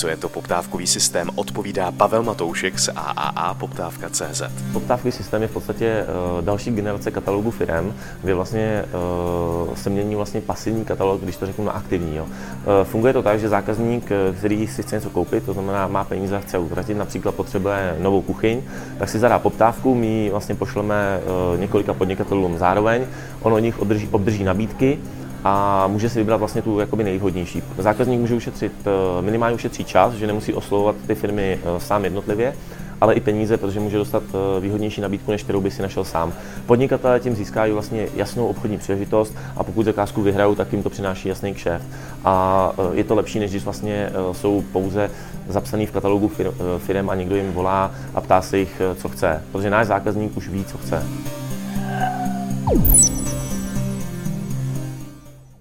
Co je to poptávkový systém, odpovídá Pavel Matoušek z AAA.cz. Poptávkový systém je v podstatě další generace katalogu firem, kde vlastně se mění vlastně pasivní katalog, když to řeknu, na aktivní. Jo. Funguje to tak, že zákazník, který si chce něco koupit, to znamená má peníze a chce utratit, například potřebuje novou kuchyň, tak si zadá poptávku, my ji vlastně pošleme několika podnikatelům zároveň, on od nich obdrží nabídky a může si vybrat vlastně tu jakoby nejvhodnější. Zákazník může minimálně ušetří čas, že nemusí oslovovat ty firmy sám jednotlivě, ale i peníze, protože může dostat výhodnější nabídku, než kterou by si našel sám. Podnikatelé tím získají vlastně jasnou obchodní příležitost a pokud zakázku vyhrajou, tak jim to přináší jasný kšeft. A je to lepší, než když vlastně jsou pouze zapsaný v katalogu firem a někdo jim volá a ptá se jich, co chce, protože náš zákazník už ví, co chce.